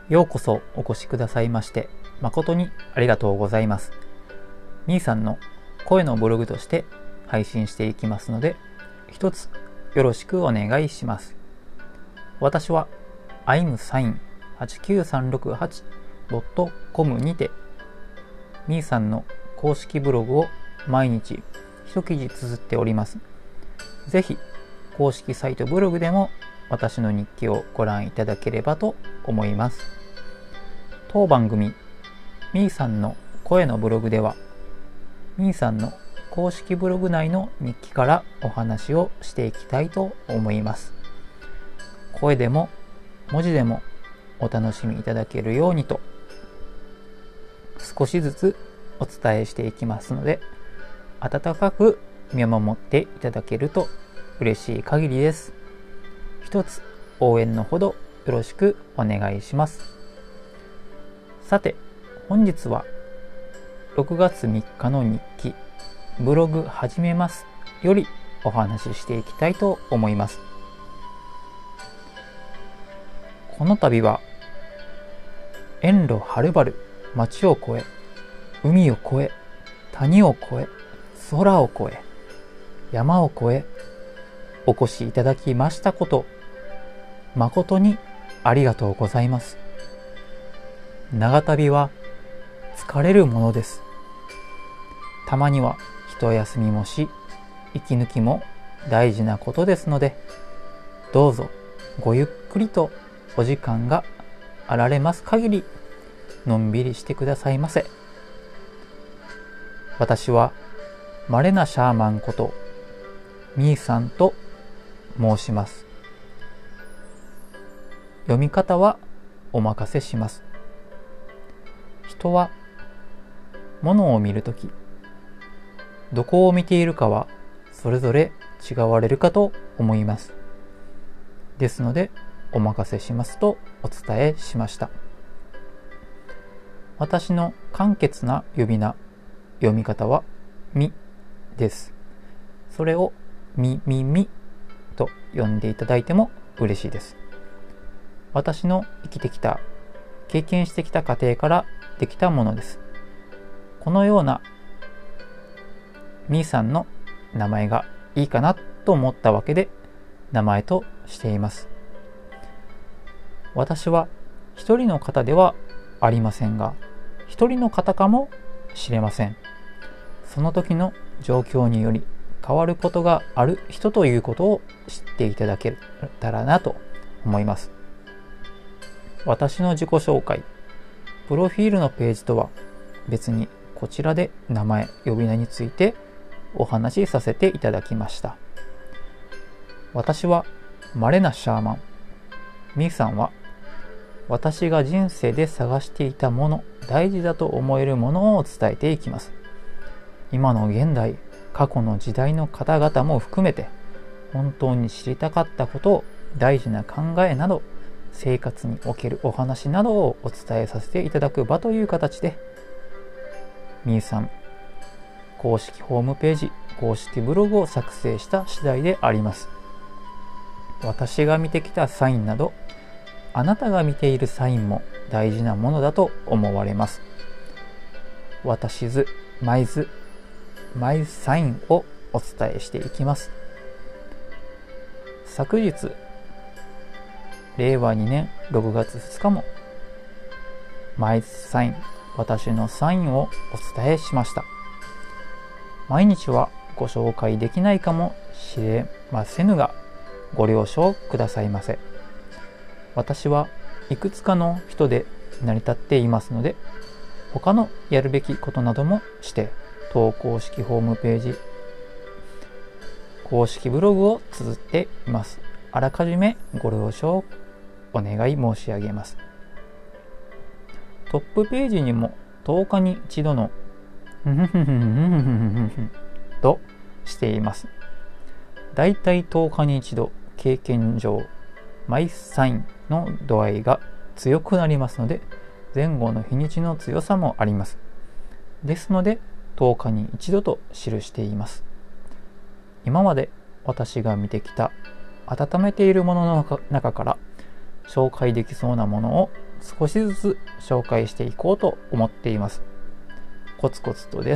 ようこそお越しくださいまして誠にありがとうございます。みーさんの声のブログとして配信していきますので、一つよろしくお願いします。私は imsign89368.com にてみーさんの公式ブログを毎日一記事綴っております。ぜひ公式サイトブログでも私の日記をご覧いただければと思います。当番組みーさんの声のブログでは、みーさんの公式ブログ内の日記からお話をしていきたいと思います。声でも文字でもお楽しみいただけるようにと少しずつお伝えしていきますので、温かく見守っていただけると嬉しい限りです。一つ応援のほどよろしくお願いします。さて、本日は6月3日の日記ブログ始めますよりお話ししていきたいと思います。この度は遠路はるばる町を越え、海を越え、谷を越え、空を越え、山を越えお越しいただきましたこと誠にありがとうございます。長旅は疲れるものです。たまには一休みもし、息抜きも大事なことですので、どうぞごゆっくりとお時間があられます限りのんびりしてくださいませ。私は稀なシャーマンことみーさんと申します。読み方はお任せします。人は物を見るとき、どこを見ているかはそれぞれ違われるかと思います。ですのでお任せしますとお伝えしました。私の簡潔な呼び名、読み方はみです。それをみと呼んでいただいても嬉しいです。私の生きてきた、経験してきた過程からできたものです。このようなみーさんの名前がいいかなと思ったわけで名前としています。私は一人の方ではありませんが、一人の方かもしれません。その時の状況により変わることがある人ということを知っていただけたらなと思います。私の自己紹介、プロフィールのページとは別にこちらで名前、呼び名についてお話しさせていただきました。私は稀なシャーマン。みーさんは私が人生で探していたもの、大事だと思えるものを伝えていきます。今の現代、過去の時代の方々も含めて本当に知りたかったことを、大事な考えなど生活におけるお話などをお伝えさせていただく場という形で、みーさん公式ホームページ、公式ブログを作成した次第であります。私が見てきたサインなど、あなたが見ているサインも大事なものだと思われます。私図、マイ図、マイサインをお伝えしていきます。昨日、令和2年6月2日もマイサイン、私のサインをお伝えしました。毎日はご紹介できないかもしれませぬが、ご了承くださいませ。私はいくつかの人で成り立っていますので、他のやるべきことなどもして当公式ホームページ、公式ブログを綴っています。あらかじめご了承お願い申し上げます。トップページにも10日に一度のとしています。だいたい10日に一度、経験上マイサインの度合いが強くなりますので、前後の日にちの強さもあります。ですので10日に一度と記しています。今まで私が見てきた温めているものの中から紹介できそうなものを少しずつ紹介していこうと思っています。コツコツとです。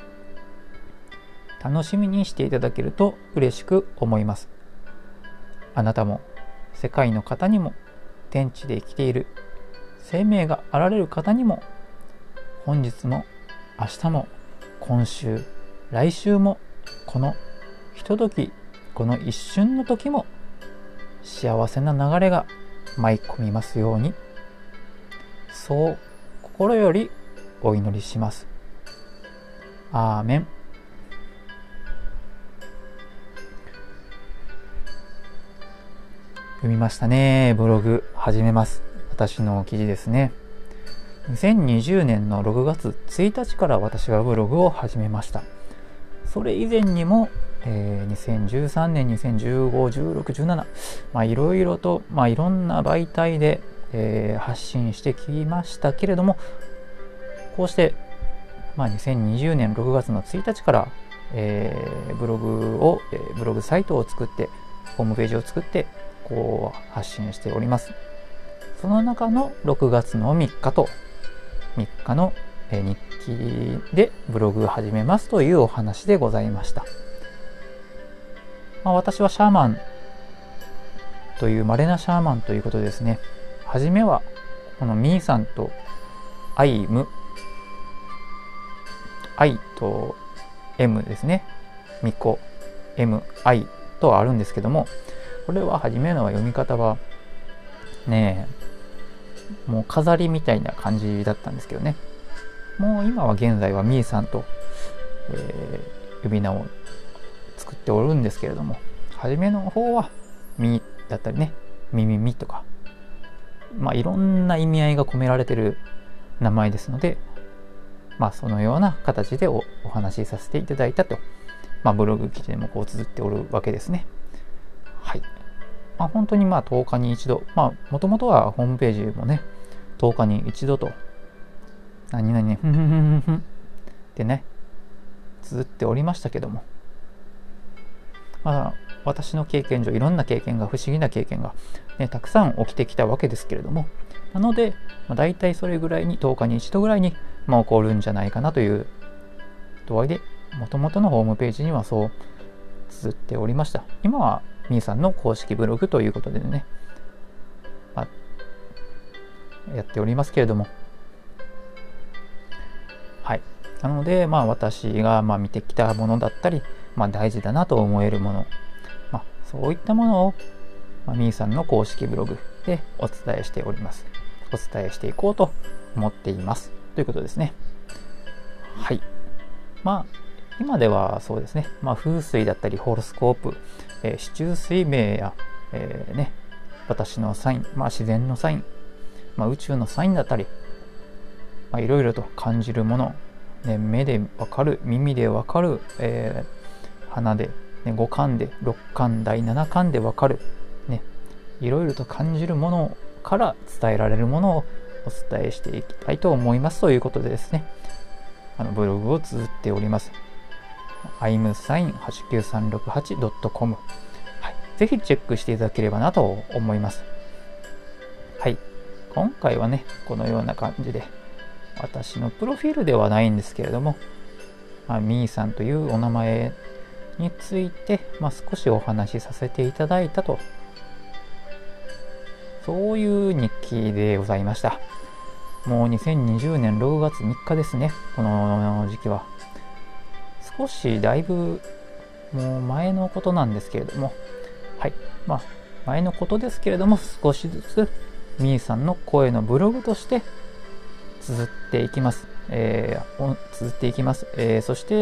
楽しみにしていただけると嬉しく思います。あなたも世界の方にも、天地で生きている生命があられる方にも、本日も明日も今週来週も、このひととき、この一瞬の時も幸せな流れが舞い込みますように、そう心よりお祈りします。アーメン。読みましたね。ブログ始めます。私の記事ですね。2020年の6月1日から私はブログを始めました。それ以前にも、2013年、2015、16、17、いろいろと、いろんな媒体で、発信してきましたけれども、こうして、2020年6月の1日から、ブログサイトを作って、ホームページを作って、こう発信しております。その中の6月の3日と3日の日記でブログを始めますというお話でございました。私はシャーマンという稀なシャーマンということですね。はじめはこのミーさんと愛と M ですね。ミコ M 愛とあるんですけども、これは初めの読み方はね、もう飾りみたいな感じだったんですけどね。もう今は現在はみーさんと、呼び名を作っておるんですけれども、初めの方はみーだったりね、みみみとか、いろんな意味合いが込められている名前ですので、そのような形で お話しさせていただいたと、ブログ記事でもこう綴っておるわけですね。はい。本当に10日に一度、もともとはホームページもね、10日に一度と、何々ふんふんふんふんふんってね、綴っておりましたけども、私の経験上、いろんな経験が、不思議な経験が、ね、たくさん起きてきたわけですけれども、なので、大体それぐらいに、10日に一度ぐらいに、起こるんじゃないかなという度合いで、もともとのホームページにはそう綴っておりました。今はみーさんの公式ブログということでね、やっておりますけれども、はい。なので、私が見てきたものだったり、大事だなと思えるもの、そういったものを、みーさんの公式ブログでお伝えしております。お伝えしていこうと思っています。ということですね。はい。今ではそうですね、風水だったりホロスコープ、四柱推命や、私のサイン、自然のサイン、宇宙のサインだったり、いろいろと感じるもの、目でわかる、耳でわかる、鼻で、五感で、六感、第七感でわかる、いろいろと感じるものから伝えられるものをお伝えしていきたいと思いますということでですね、ブログを綴っております。imsign89368.com、ぜひチェックしていただければなと思います。はい。今回はね、このような感じで、私のプロフィールではないんですけれども、みーさんというお名前について、少しお話しさせていただいたと、そういう日記でございました。もう2020年6月3日ですね、この時期は。少しだいぶもう前のことなんですけれども、はい。前のことですけれども、少しずつみーさんの声のブログとして綴っていきます。そして、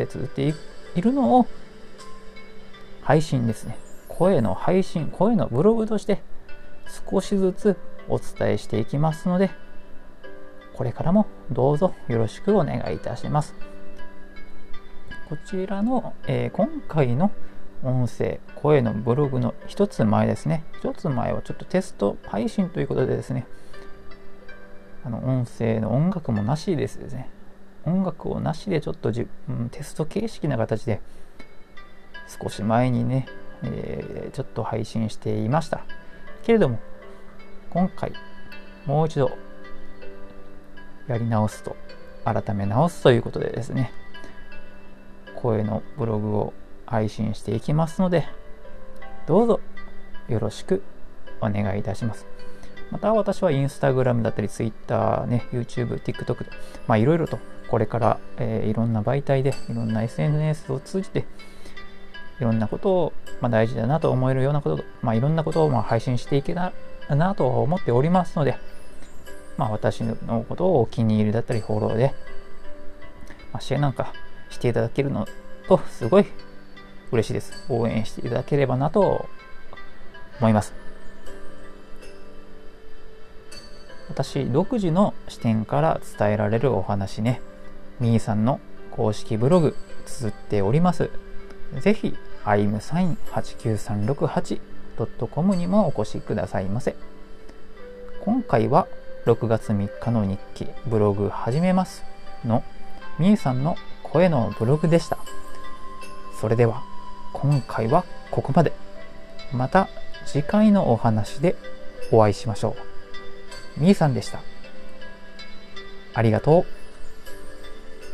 綴っているのを配信ですね。声の配信、声のブログとして少しずつお伝えしていきますので、これからもどうぞよろしくお願いいたします。こちらの、今回の音声、声のブログの一つ前ですね。一つ前はちょっとテスト配信ということでですね、音声の音楽もなしですね。音楽をなしでちょっとテスト形式な形で少し前にね、ちょっと配信していましたけれども、今回もう一度やり直すと、改め直すということでですね、声のブログを配信していきますので、どうぞよろしくお願いいたします。また私はインスタグラムだったりツイッターね、YouTube、TikTok と、いろいろとこれから、いろんな媒体で、いろんな SNS を通じて、いろんなことを、大事だなと思えるようなこと、いろんなことを配信していけたらなと思っておりますので、私のことをお気に入りだったりフォローで、シェアなんかしていただけるのとすごい嬉しいです。応援していただければなと思います。私独自の視点から伝えられるお話ね、みーさんの公式ブログ綴っております。ぜひ imsign89368.com にもお越しくださいませ。今回は6月3日の日記ブログ始めますのみーさんの声のブログでした。それでは今回はここまで。また次回のお話でお会いしましょう。みーさんでした。ありがとう。